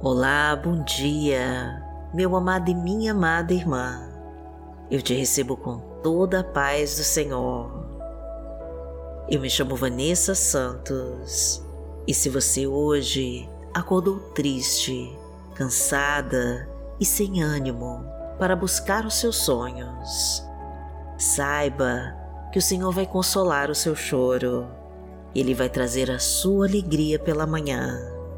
Olá, bom dia, meu amado e minha amada irmã. Eu te recebo com toda a paz do Senhor. Eu me chamo Vanessa Santos e se você hoje acordou triste, cansada e sem ânimo para buscar os seus sonhos, saiba que o Senhor vai consolar o seu choro. Ele vai trazer a sua alegria pela manhã.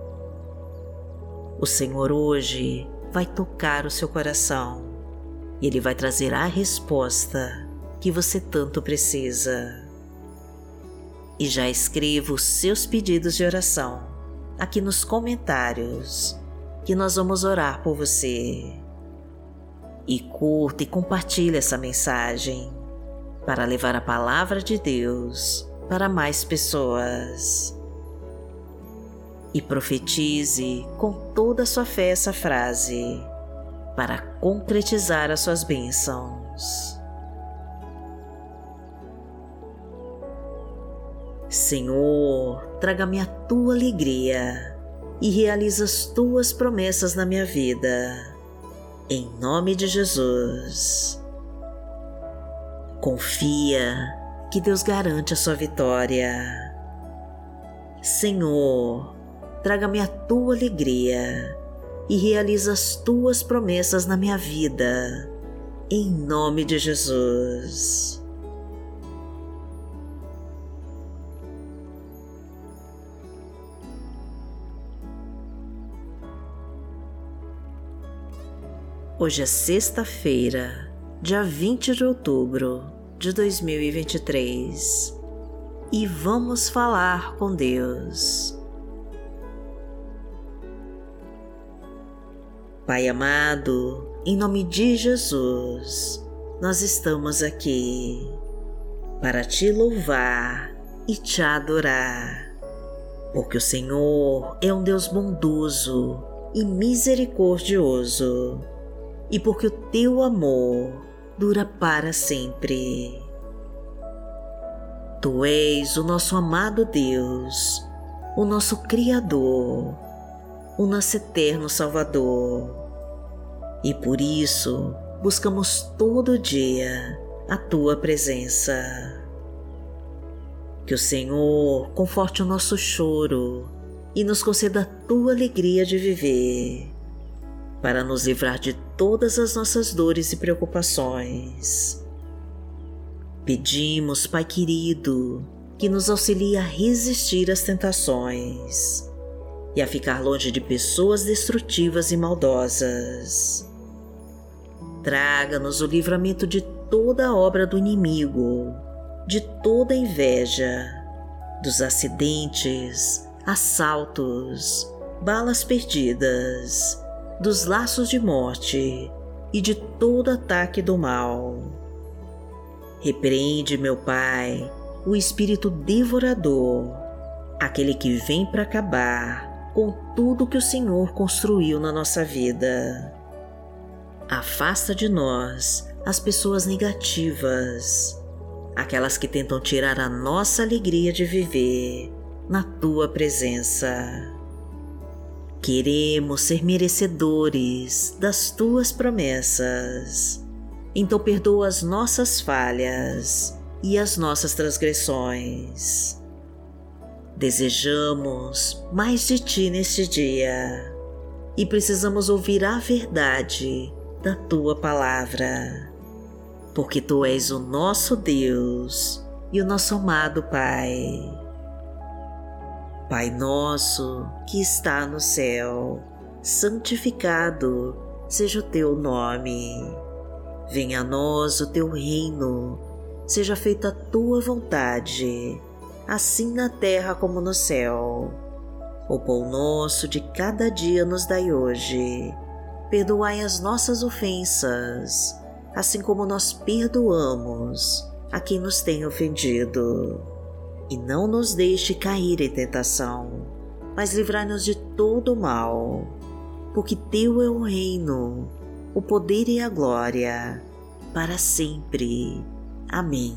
O Senhor hoje vai tocar o seu coração e Ele vai trazer a resposta que você tanto precisa. E já escreva os seus pedidos de oração aqui nos comentários, que nós vamos orar por você. E curta e compartilhe essa mensagem para levar a palavra de Deus para mais pessoas. E profetize com toda a sua fé essa frase para concretizar as suas bênçãos. Senhor, traga-me a tua alegria e realiza as tuas promessas na minha vida. Em nome de Jesus. Confia que Deus garante a sua vitória. Senhor, traga-me a tua alegria e realiza as tuas promessas na minha vida. Em nome de Jesus. Hoje é sexta-feira, dia 20 de outubro de 2023, e vamos falar com Deus. Pai amado, em nome de Jesus, nós estamos aqui para te louvar e te adorar, porque o Senhor é um Deus bondoso e misericordioso, e porque o teu amor dura para sempre. Tu és o nosso amado Deus, o nosso Criador, o nosso eterno Salvador. E por isso buscamos todo dia a tua presença. Que o Senhor conforte o nosso choro e nos conceda a tua alegria de viver, para nos livrar de todas as nossas dores e preocupações. Pedimos, Pai querido, que nos auxilie a resistir às tentações e a ficar longe de pessoas destrutivas e maldosas. Traga-nos o livramento de toda a obra do inimigo, de toda a inveja, dos acidentes, assaltos, balas perdidas, dos laços de morte e de todo ataque do mal. Repreende, meu Pai, o espírito devorador, aquele que vem para acabar com tudo que o Senhor construiu na nossa vida. Afasta de nós as pessoas negativas, aquelas que tentam tirar a nossa alegria de viver na tua presença. Queremos ser merecedores das tuas promessas, então perdoa as nossas falhas e as nossas transgressões. Desejamos mais de ti neste dia e precisamos ouvir a verdade da tua palavra, porque tu és o nosso Deus e o nosso amado Pai. Pai nosso que está no céu, santificado seja o teu nome. Venha a nós o teu reino, seja feita a tua vontade, assim na terra como no céu. O pão nosso de cada dia nos dai hoje. Perdoai as nossas ofensas, assim como nós perdoamos a quem nos tem ofendido. E não nos deixe cair em tentação, mas livrai-nos de todo o mal, porque teu é o reino, o poder e a glória, para sempre. Amém.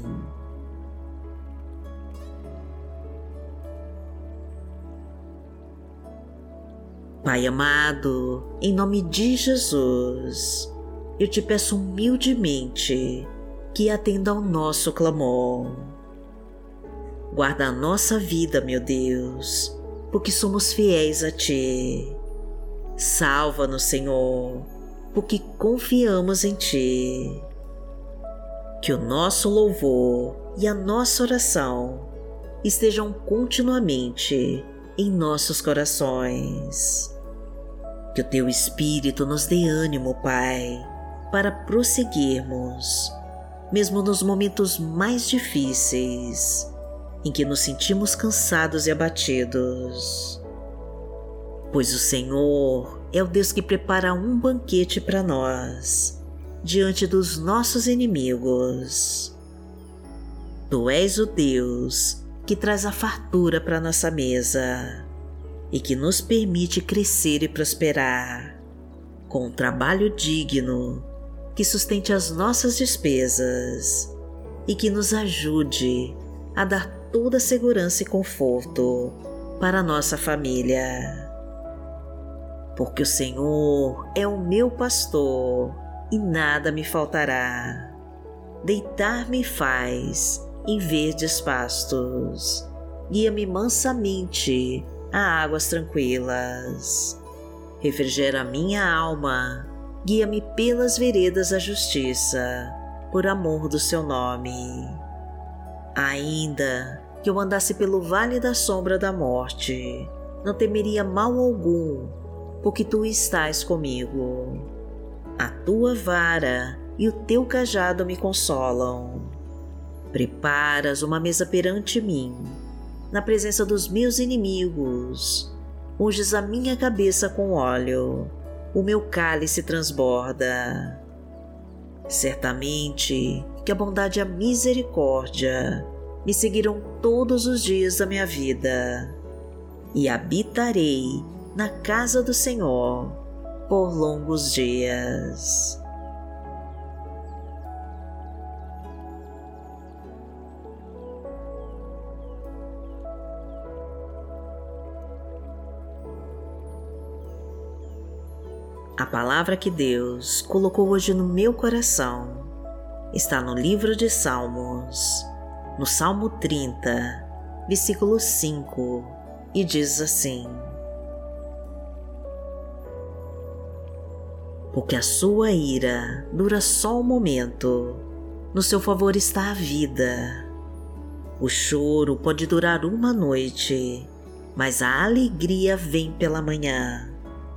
Pai amado, em nome de Jesus, eu te peço humildemente que atenda ao nosso clamor. Guarda a nossa vida, meu Deus, porque somos fiéis a Ti. Salva-nos, Senhor, porque confiamos em Ti. Que o nosso louvor e a nossa oração estejam continuamente em nossos corações. Que o Teu Espírito nos dê ânimo, Pai, para prosseguirmos, mesmo nos momentos mais difíceis, em que nos sentimos cansados e abatidos. Pois o Senhor é o Deus que prepara um banquete para nós, diante dos nossos inimigos. Tu és o Deus que traz a fartura para nossa mesa e que nos permite crescer e prosperar, com um trabalho digno que sustente as nossas despesas e que nos ajude a dar toda a segurança e conforto para a nossa família. Porque o Senhor é o meu pastor e nada me faltará. Deitar-me faz em verdes pastos, guia-me mansamente a águas tranquilas. Refrigera a minha alma, guia-me pelas veredas da justiça, por amor do seu nome. Ainda que eu andasse pelo vale da sombra da morte, não temeria mal algum, porque tu estás comigo. A tua vara e o teu cajado me consolam. Preparas uma mesa perante mim, na presença dos meus inimigos. Unges a minha cabeça com óleo, o meu cálice transborda. Certamente que a bondade e a misericórdia me seguirão todos os dias da minha vida, e habitarei na casa do Senhor por longos dias. A palavra que Deus colocou hoje no meu coração está no livro de Salmos, no Salmo 30, versículo 5, e diz assim: Porque a sua ira dura só um momento, no seu favor está a vida. O choro pode durar uma noite, mas a alegria vem pela manhã.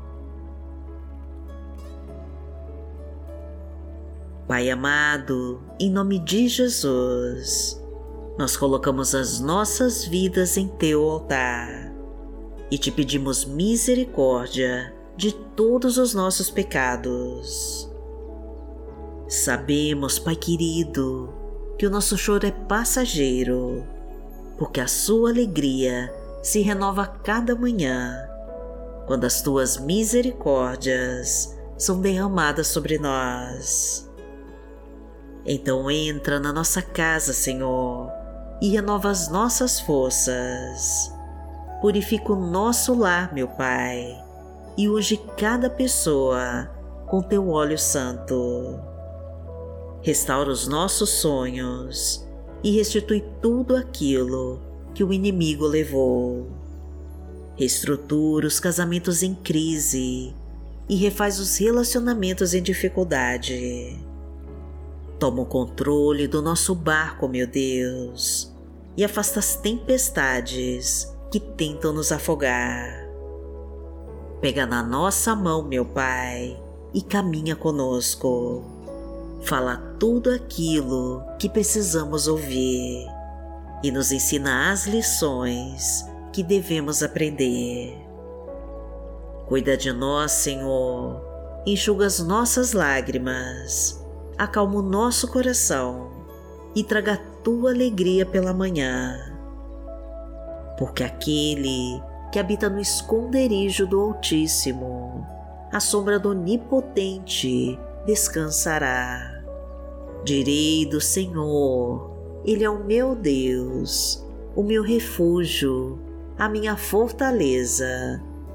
Pai amado, em nome de Jesus, nós colocamos as nossas vidas em Teu altar e Te pedimos misericórdia de todos os nossos pecados. Sabemos, Pai querido, que o nosso choro é passageiro, porque a Sua alegria se renova a cada manhã, quando as Tuas misericórdias são derramadas sobre nós. Então entra na nossa casa, Senhor, e renova as nossas forças. Purifica o nosso lar, meu Pai, e unge cada pessoa com Teu óleo santo. Restaura os nossos sonhos e restitui tudo aquilo que o inimigo levou. Reestrutura os casamentos em crise e refaz os relacionamentos em dificuldade. Toma o controle do nosso barco, meu Deus, e afasta as tempestades que tentam nos afogar. Pega na nossa mão, meu Pai, e caminha conosco. Fala tudo aquilo que precisamos ouvir e nos ensina as lições que devemos aprender. Cuida de nós, Senhor, enxuga as nossas lágrimas, acalma o nosso coração e traga a Tua alegria pela manhã. Porque aquele que habita no esconderijo do Altíssimo, à sombra do Onipotente, descansará. Direi do Senhor, Ele é o meu Deus, o meu refúgio, a minha fortaleza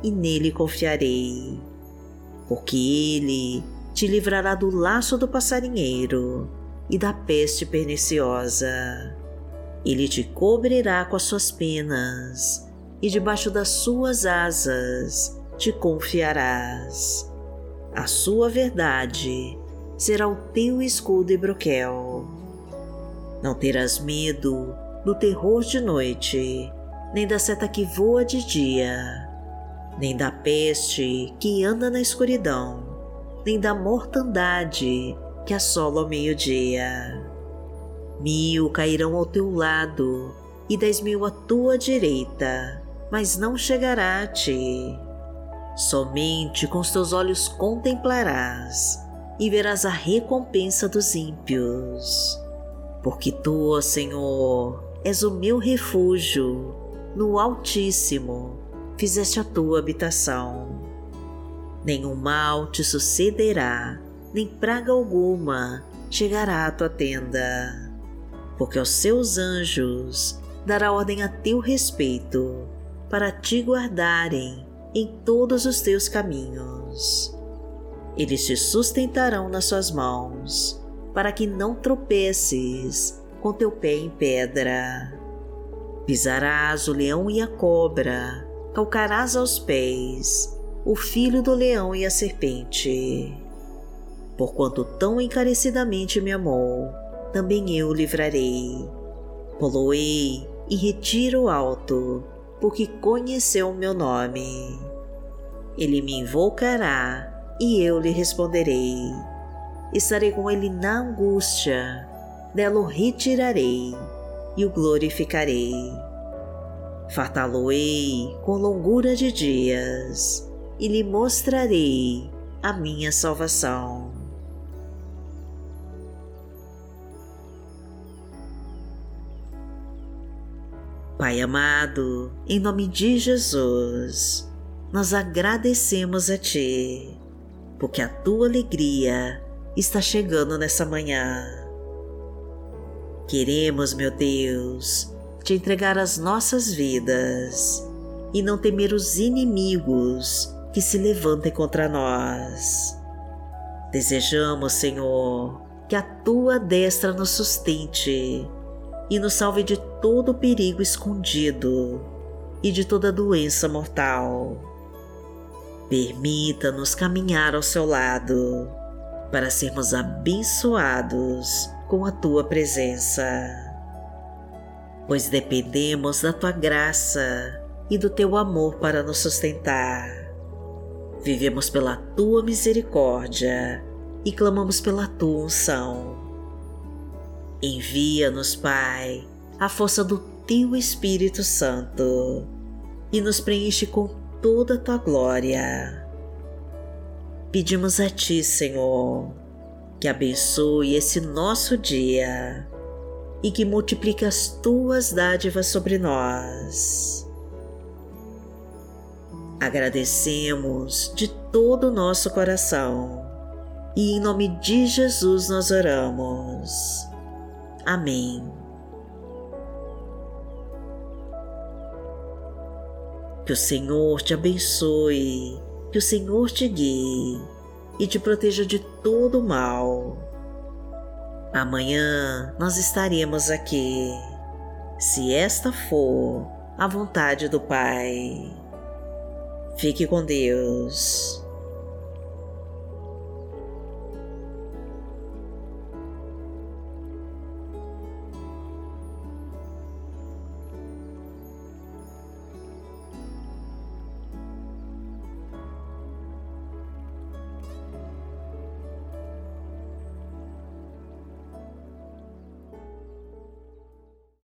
e nele confiarei, porque ele te livrará do laço do passarinheiro e da peste perniciosa. Ele te cobrirá com as suas penas, e debaixo das suas asas te confiarás. A sua verdade será o teu escudo e broquel. Não terás medo do terror de noite, nem da seta que voa de dia, nem da peste que anda na escuridão, nem da mortandade que assola ao meio-dia. 1000 cairão ao teu lado e 10.000 à tua direita, mas não chegará a ti. Somente com os teus olhos contemplarás e verás a recompensa dos ímpios. Porque tu, ó Senhor, és o meu refúgio, no Altíssimo fizeste a tua habitação. Nenhum mal te sucederá, nem praga alguma chegará à tua tenda, porque aos seus anjos dará ordem a teu respeito, para te guardarem em todos os teus caminhos. Eles te sustentarão nas suas mãos, para que não tropeces com teu pé em pedra. Pisarás o leão e a cobra, calcarás aos pés o filho do leão e a serpente. Porquanto tão encarecidamente me amou, também eu o livrarei. Poloei e retiro alto, porque conheceu o meu nome. Ele me invocará e eu lhe responderei. Estarei com ele na angústia, dela o retirarei e o glorificarei. Fartá-lo-ei com longura de dias e lhe mostrarei a minha salvação. Pai amado, em nome de Jesus, nós agradecemos a Ti, porque a Tua alegria está chegando nessa manhã. Queremos, meu Deus, Te entregar as nossas vidas e não temer os inimigos que se levantem contra nós. Desejamos, Senhor, que a Tua destra nos sustente e nos salve de todo perigo escondido e de toda doença mortal. Permita-nos caminhar ao seu lado, para sermos abençoados com a Tua presença, pois dependemos da Tua graça e do Teu amor para nos sustentar. Vivemos pela Tua misericórdia e clamamos pela Tua unção. Envia-nos, Pai, a força do Teu Espírito Santo e nos preenche com toda a Tua glória. Pedimos a Ti, Senhor, que abençoe esse nosso dia e que multiplique as Tuas dádivas sobre nós. Agradecemos de todo o nosso coração e em nome de Jesus nós oramos. Amém. Que o Senhor te abençoe, que o Senhor te guie e te proteja de todo o mal. Amanhã nós estaremos aqui, se esta for a vontade do Pai. Fique com Deus.